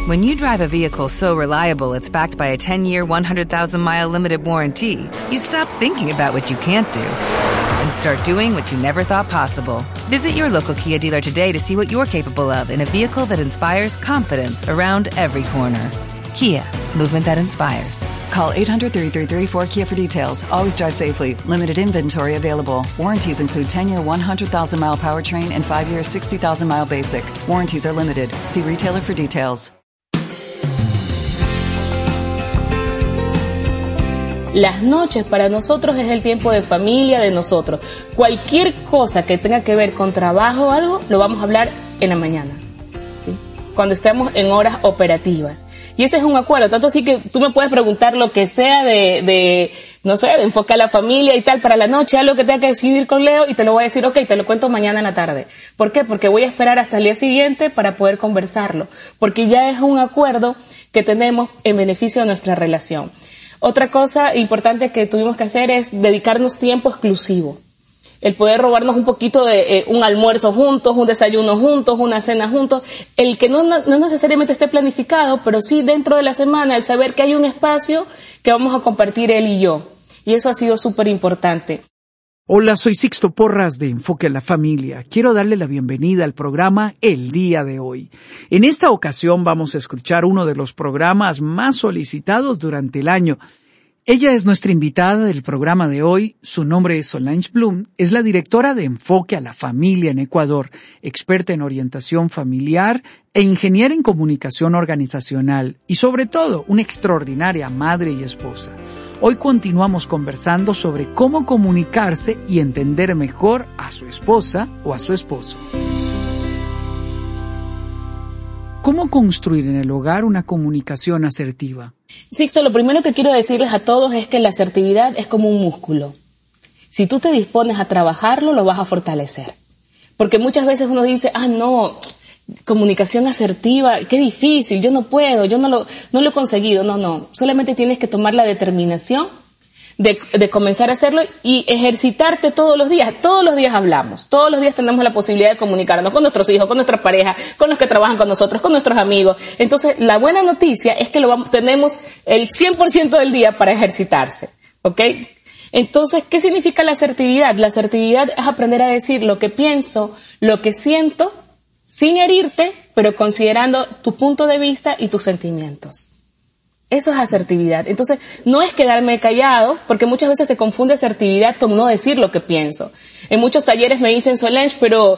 When you drive a vehicle so reliable it's backed by a 10-year, 100,000-mile limited warranty, you stop thinking about what you can't do and start doing what you never thought possible. Visit your local Kia dealer today to see what you're capable of in a vehicle that inspires confidence around every corner. Kia, movement that inspires. Call 800-3334-KIA for details. Always drive safely. Limited inventory available. Warranties include 10-year, 100,000-mile powertrain and 5-year, 60,000-mile basic. Warranties are limited. See retailer for details. Las noches para nosotros es el tiempo de familia de nosotros. Cualquier cosa que tenga que ver con trabajo o algo, lo vamos a hablar en la mañana, ¿sí? Cuando estemos en horas operativas. Y ese es un acuerdo, tanto así que tú me puedes preguntar lo que sea no sé, de enfoque a la familia y tal para la noche, algo que tenga que decidir con Leo y te lo voy a decir, ok, te lo cuento mañana en la tarde. ¿Por qué? Porque voy a esperar hasta el día siguiente para poder conversarlo, porque ya es un acuerdo que tenemos en beneficio de nuestra relación. Otra cosa importante que tuvimos que hacer es dedicarnos tiempo exclusivo. El poder robarnos un poquito de un almuerzo juntos, un desayuno juntos, una cena juntos, el que no necesariamente esté planificado, pero sí dentro de la semana, el saber que hay un espacio que vamos a compartir él y yo. Y eso ha sido súper importante. Hola, soy Sixto Porras de Enfoque a la Familia. Quiero darle la bienvenida al programa El Día de Hoy. En esta ocasión vamos a escuchar uno de los programas más solicitados durante el año. Ella es nuestra invitada del programa de hoy. Su nombre es Solange Bloom. Es la directora de Enfoque a la Familia en Ecuador, experta en orientación familiar e ingeniera en comunicación organizacional y sobre todo una extraordinaria madre y esposa. Hoy continuamos conversando sobre cómo comunicarse y entender mejor a su esposa o a su esposo. ¿Cómo construir en el hogar una comunicación asertiva? Sixto, lo primero que quiero decirles a todos es que la asertividad es como un músculo. Si tú te dispones a trabajarlo, lo vas a fortalecer. Porque muchas veces uno dice, no, comunicación asertiva, qué difícil, yo no puedo, yo no lo he conseguido. No, solamente tienes que tomar la determinación de comenzar a hacerlo y ejercitarte todos los días. Todos los días hablamos, todos los días tenemos la posibilidad de comunicarnos con nuestros hijos, con nuestra pareja, con los que trabajan con nosotros, con nuestros amigos. Entonces, la buena noticia es que tenemos el 100% del día para ejercitarse, ¿ok? Entonces, ¿qué significa la asertividad? La asertividad es aprender a decir lo que pienso, lo que siento, sin herirte, pero considerando tu punto de vista y tus sentimientos. Eso es asertividad. Entonces, no es quedarme callado, porque muchas veces se confunde asertividad con no decir lo que pienso. En muchos talleres me dicen, Solange, pero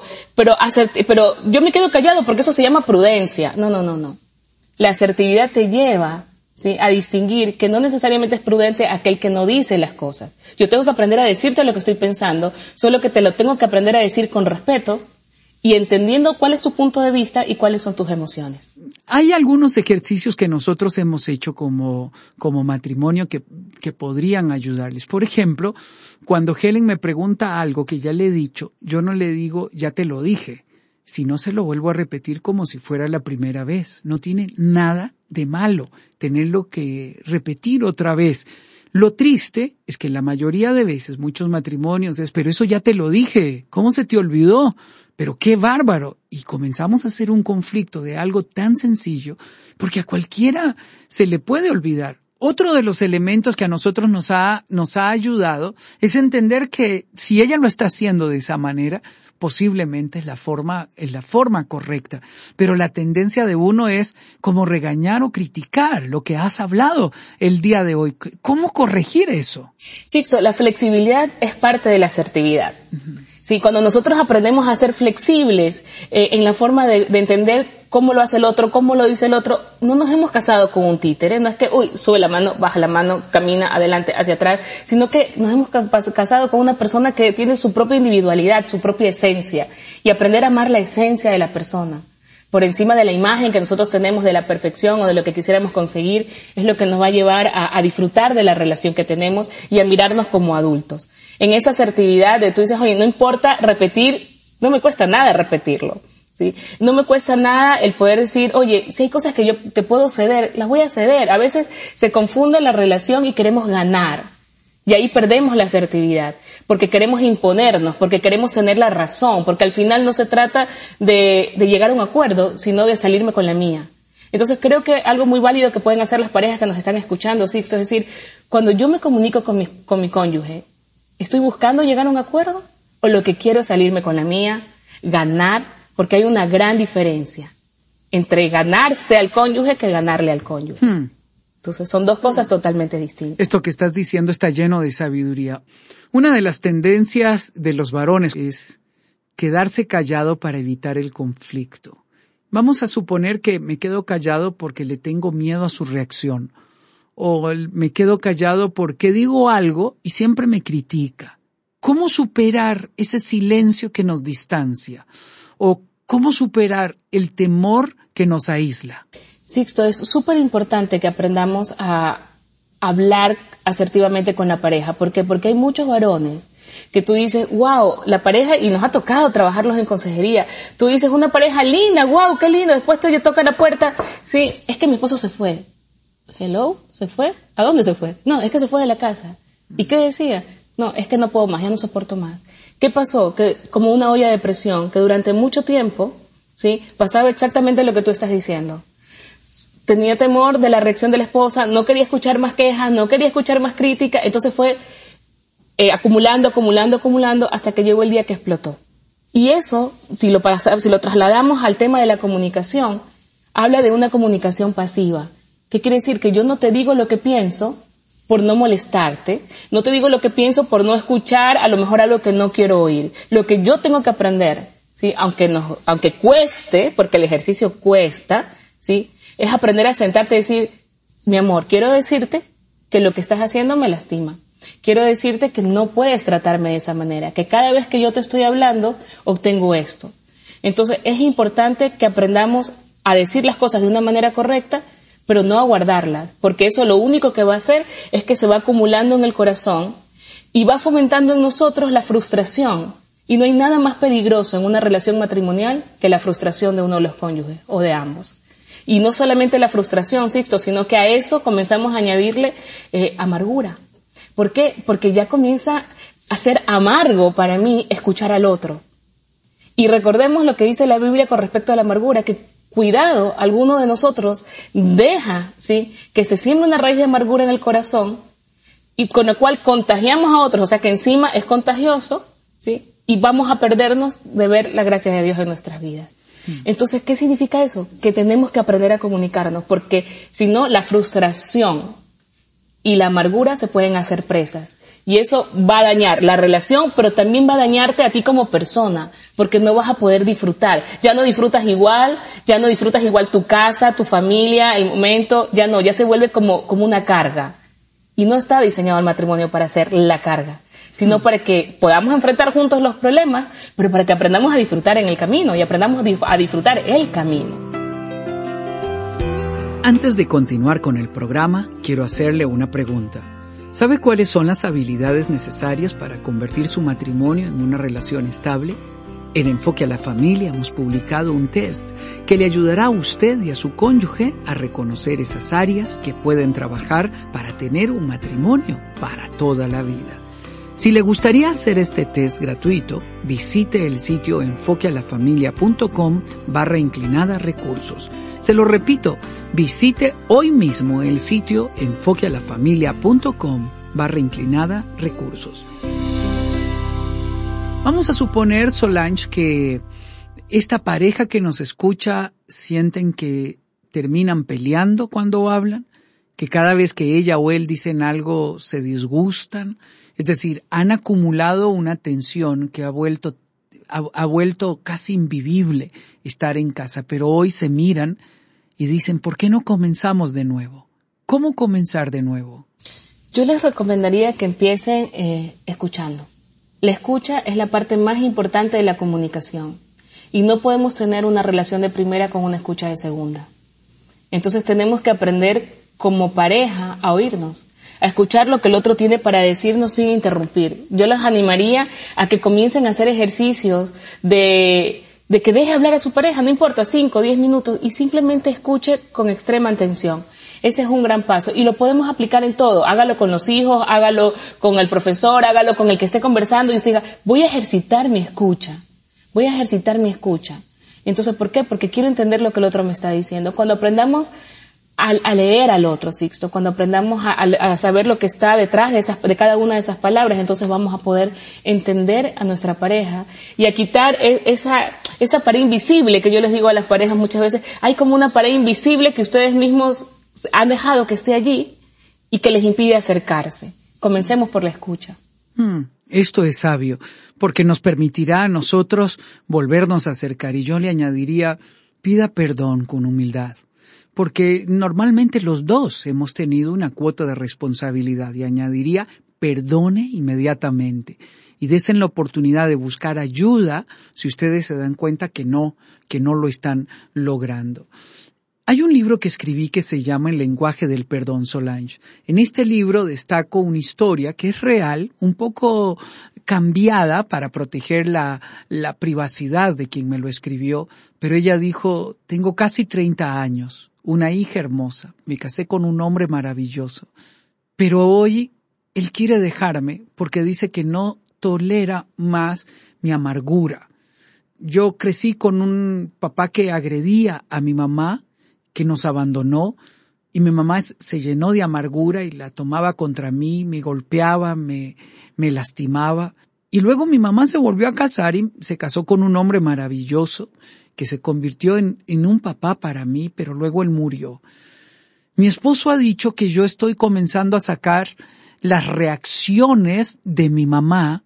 yo me quedo callado porque eso se llama prudencia. No. La asertividad te lleva, ¿sí?, a distinguir que no necesariamente es prudente aquel que no dice las cosas. Yo tengo que aprender a decirte lo que estoy pensando, solo que te lo tengo que aprender a decir con respeto y entendiendo cuál es tu punto de vista y cuáles son tus emociones. Hay algunos ejercicios que nosotros hemos hecho como matrimonio que podrían ayudarles. Por ejemplo, cuando Helen me pregunta algo que ya le he dicho, yo no le digo, ya te lo dije, sino se lo vuelvo a repetir como si fuera la primera vez. No tiene nada de malo tenerlo que repetir otra vez. Lo triste es que la mayoría de veces, muchos matrimonios pero eso ya te lo dije, ¿cómo se te olvidó? Pero qué bárbaro. Y comenzamos a hacer un conflicto de algo tan sencillo, porque a cualquiera se le puede olvidar. Otro de los elementos que a nosotros nos ha ayudado es entender que si ella lo está haciendo de esa manera, posiblemente es la forma correcta. Pero la tendencia de uno es como regañar o criticar lo que has hablado el día de hoy. ¿Cómo corregir eso? Sixto, la flexibilidad es parte de la asertividad. Uh-huh. Sí, cuando nosotros aprendemos a ser flexibles en la forma de entender cómo lo hace el otro, cómo lo dice el otro, no nos hemos casado con un títere, no es que, sube la mano, baja la mano, camina adelante, hacia atrás, sino que nos hemos casado con una persona que tiene su propia individualidad, su propia esencia, y aprender a amar la esencia de la persona. Por encima de la imagen que nosotros tenemos de la perfección o de lo que quisiéramos conseguir, es lo que nos va a llevar a disfrutar de la relación que tenemos y a mirarnos como adultos. En esa asertividad tú dices, no importa repetir, no me cuesta nada repetirlo, ¿sí? No me cuesta nada el poder decir, si hay cosas que yo te puedo ceder, las voy a ceder. A veces se confunde la relación y queremos ganar. Y ahí perdemos la asertividad, porque queremos imponernos, porque queremos tener la razón, porque al final no se trata de llegar a un acuerdo, sino de salirme con la mía. Entonces creo que algo muy válido que pueden hacer las parejas que nos están escuchando, Sixto, es decir, cuando yo me comunico con mi cónyuge, ¿estoy buscando llegar a un acuerdo? ¿O lo que quiero es salirme con la mía, ganar? Porque hay una gran diferencia entre ganarse al cónyuge que ganarle al cónyuge. Entonces son dos cosas totalmente distintas. Esto que estás diciendo está lleno de sabiduría. Una de las tendencias de los varones es quedarse callado para evitar el conflicto. Vamos a suponer que me quedo callado porque le tengo miedo a su reacción. O me quedo callado porque digo algo y siempre me critica. ¿Cómo superar ese silencio que nos distancia? ¿O cómo superar el temor que nos aísla? Sixto, es súper importante que aprendamos a hablar asertivamente con la pareja. ¿Por qué? Porque hay muchos varones que tú dices, wow, la pareja, y nos ha tocado trabajarlos en consejería. Tú dices, una pareja linda, wow, qué lindo. Después te toca la puerta. Sí, es que mi esposo se fue. Hello, ¿se fue? ¿A dónde se fue? No, es que se fue de la casa. ¿Y qué decía? No, es que no puedo más, ya no soporto más. ¿Qué pasó? Que como una olla de presión, que durante mucho tiempo, ¿sí? Pasaba exactamente lo que tú estás diciendo. Tenía temor de la reacción de la esposa, no quería escuchar más quejas, no quería escuchar más crítica, entonces fue acumulando, hasta que llegó el día que explotó. Y eso, si lo trasladamos al tema de la comunicación, habla de una comunicación pasiva. ¿Qué quiere decir? Que yo no te digo lo que pienso por no molestarte, no te digo lo que pienso por no escuchar a lo mejor algo que no quiero oír. Lo que yo tengo que aprender, ¿sí? Aunque cueste, porque el ejercicio cuesta, ¿sí? Es aprender a sentarte y decir, mi amor, quiero decirte que lo que estás haciendo me lastima. Quiero decirte que no puedes tratarme de esa manera, que cada vez que yo te estoy hablando, obtengo esto. Entonces, es importante que aprendamos a decir las cosas de una manera correcta, pero no a guardarlas, porque eso lo único que va a hacer es que se va acumulando en el corazón y va fomentando en nosotros la frustración. Y no hay nada más peligroso en una relación matrimonial que la frustración de uno de los cónyuges o de ambos. Y no solamente la frustración, Sixto, sino que a eso comenzamos a añadirle amargura. ¿Por qué? Porque ya comienza a ser amargo para mí escuchar al otro. Y recordemos lo que dice la Biblia con respecto a la amargura, que cuidado, alguno de nosotros deja, ¿sí?, que se siembre una raíz de amargura en el corazón y con la cual contagiamos a otros, o sea que encima es contagioso, ¿sí?, y vamos a perdernos de ver la gracia de Dios en nuestras vidas. Entonces, ¿qué significa eso? Que tenemos que aprender a comunicarnos, porque si no, la frustración y la amargura se pueden hacer presas. Y eso va a dañar la relación, pero también va a dañarte a ti como persona, porque no vas a poder disfrutar. Ya no disfrutas igual tu casa, tu familia, el momento, ya se vuelve como una carga. Y no está diseñado el matrimonio para ser la carga, sino para que podamos enfrentar juntos los problemas, pero para que aprendamos a disfrutar en el camino y aprendamos a disfrutar el camino. Antes de continuar con el programa, quiero hacerle una pregunta. ¿Sabe cuáles son las habilidades necesarias para convertir su matrimonio en una relación estable? En Enfoque a la Familia hemos publicado un test que le ayudará a usted y a su cónyuge a reconocer esas áreas que pueden trabajar para tener un matrimonio para toda la vida. Si le gustaría hacer este test gratuito, visite el sitio enfoquealafamilia.com/recursos. Se lo repito, visite hoy mismo el sitio enfoquealafamilia.com/recursos. Vamos a suponer, Solange, que esta pareja que nos escucha sienten que terminan peleando cuando hablan, que cada vez que ella o él dicen algo se disgustan. Es decir, han acumulado una tensión que ha vuelto casi invivible estar en casa, pero hoy se miran y dicen, ¿por qué no comenzamos de nuevo? ¿Cómo comenzar de nuevo? Yo les recomendaría que empiecen escuchando. La escucha es la parte más importante de la comunicación y no podemos tener una relación de primera con una escucha de segunda. Entonces tenemos que aprender como pareja a oírnos, a escuchar lo que el otro tiene para decirnos sin interrumpir. Yo les animaría a que comiencen a hacer ejercicios de que deje hablar a su pareja, no importa, 5 o 10 minutos, y simplemente escuche con extrema atención. Ese es un gran paso y lo podemos aplicar en todo. Hágalo con los hijos, hágalo con el profesor, hágalo con el que esté conversando y usted diga, voy a ejercitar mi escucha. Entonces, ¿por qué? Porque quiero entender lo que el otro me está diciendo. Cuando aprendamos a leer al otro, Sixto, cuando aprendamos a saber lo que está detrás de cada una de esas palabras, entonces vamos a poder entender a nuestra pareja y a quitar esa pared invisible que yo les digo a las parejas muchas veces. Hay como una pared invisible que ustedes mismos han dejado que esté allí y que les impide acercarse. Comencemos por la escucha. Esto es sabio, porque nos permitirá a nosotros volvernos a acercar. Y yo le añadiría, pida perdón con humildad. Porque normalmente los dos hemos tenido una cuota de responsabilidad, y añadiría, perdone inmediatamente y desen la oportunidad de buscar ayuda si ustedes se dan cuenta que no lo están logrando. Hay un libro que escribí que se llama El lenguaje del perdón, Solange. En este libro destaco una historia que es real, un poco cambiada para proteger la privacidad de quien me lo escribió, pero ella dijo, tengo casi 30 años. Una hija hermosa, me casé con un hombre maravilloso, pero hoy él quiere dejarme porque dice que no tolera más mi amargura. Yo crecí con un papá que agredía a mi mamá, que nos abandonó, y mi mamá se llenó de amargura y la tomaba contra mí, me golpeaba, me lastimaba. Y luego mi mamá se volvió a casar y se casó con un hombre maravilloso, que se convirtió en un papá para mí, pero luego él murió. Mi esposo ha dicho que yo estoy comenzando a sacar las reacciones de mi mamá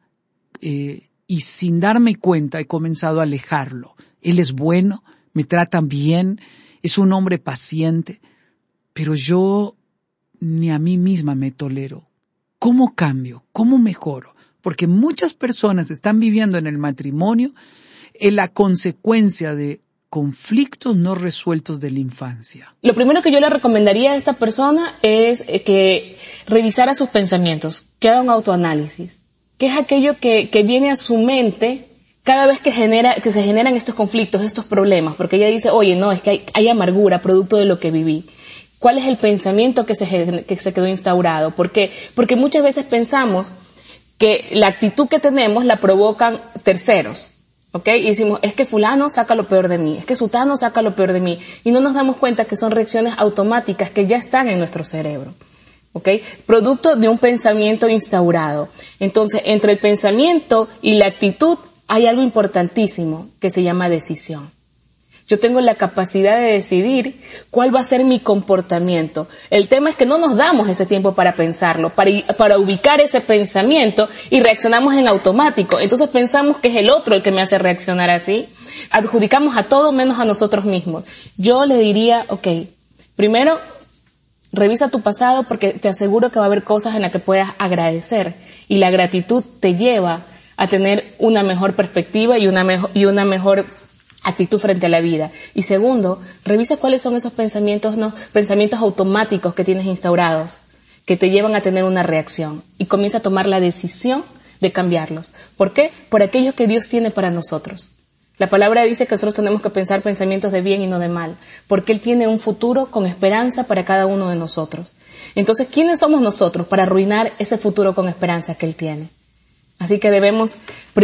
y sin darme cuenta he comenzado a alejarlo. Él es bueno, me trata bien, es un hombre paciente, pero yo ni a mí misma me tolero. ¿Cómo cambio? ¿Cómo mejoro? Porque muchas personas están viviendo en el matrimonio en la consecuencia de conflictos no resueltos de la infancia. Lo primero que yo le recomendaría a esta persona es que revisara sus pensamientos, que haga un autoanálisis, que es aquello que viene a su mente cada vez que se generan estos conflictos, estos problemas, porque ella dice, oye, no, es que hay amargura producto de lo que viví. ¿Cuál es el pensamiento que se quedó instaurado? ¿Por qué? Porque muchas veces pensamos que la actitud que tenemos la provocan terceros. ¿Ok? Y decimos, es que fulano saca lo peor de mí, es que sutano saca lo peor de mí. Y no nos damos cuenta que son reacciones automáticas que ya están en nuestro cerebro. ¿Ok? Producto de un pensamiento instaurado. Entonces, entre el pensamiento y la actitud hay algo importantísimo que se llama decisión. Yo tengo la capacidad de decidir cuál va a ser mi comportamiento. El tema es que no nos damos ese tiempo para pensarlo, para ubicar ese pensamiento y reaccionamos en automático. Entonces pensamos que es el otro el que me hace reaccionar así. Adjudicamos a todo menos a nosotros mismos. Yo le diría, ok, primero revisa tu pasado porque te aseguro que va a haber cosas en las que puedas agradecer y la gratitud te lleva a tener una mejor perspectiva y una mejor actitud frente a la vida. Y segundo, revisa cuáles son esos pensamientos automáticos que tienes instaurados, que te llevan a tener una reacción. Y comienza a tomar la decisión de cambiarlos. ¿Por qué? Por aquello que Dios tiene para nosotros. La palabra dice que nosotros tenemos que pensar pensamientos de bien y no de mal, porque Él tiene un futuro con esperanza para cada uno de nosotros. Entonces, ¿quiénes somos nosotros para arruinar ese futuro con esperanza que Él tiene? Así que debemos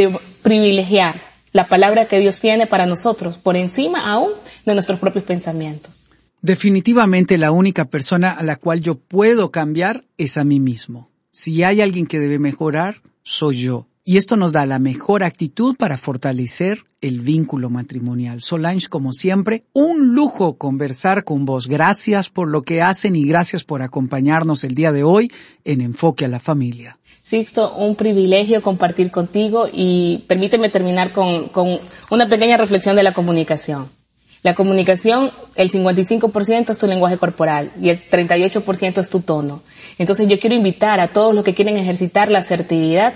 privilegiar la palabra que Dios tiene para nosotros, por encima aún de nuestros propios pensamientos. Definitivamente la única persona a la cual yo puedo cambiar es a mí mismo. Si hay alguien que debe mejorar, soy yo. Y esto nos da la mejor actitud para fortalecer el vínculo matrimonial. Solange, como siempre, un lujo conversar con vos. Gracias por lo que hacen y gracias por acompañarnos el día de hoy en Enfoque a la Familia. Sixto, un privilegio compartir contigo y permíteme terminar con una pequeña reflexión de la comunicación. La comunicación, el 55% es tu lenguaje corporal y el 38% es tu tono. Entonces yo quiero invitar a todos los que quieren ejercitar la asertividad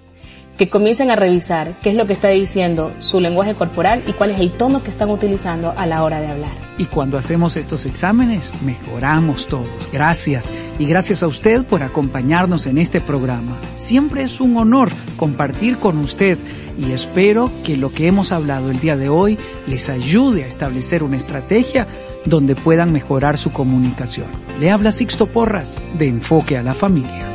que comiencen a revisar qué es lo que está diciendo su lenguaje corporal y cuál es el tono que están utilizando a la hora de hablar. Y cuando hacemos estos exámenes, mejoramos todos. Gracias. Y gracias a usted por acompañarnos en este programa. Siempre es un honor compartir con usted y espero que lo que hemos hablado el día de hoy les ayude a establecer una estrategia donde puedan mejorar su comunicación. Le habla Sixto Porras de Enfoque a la Familia.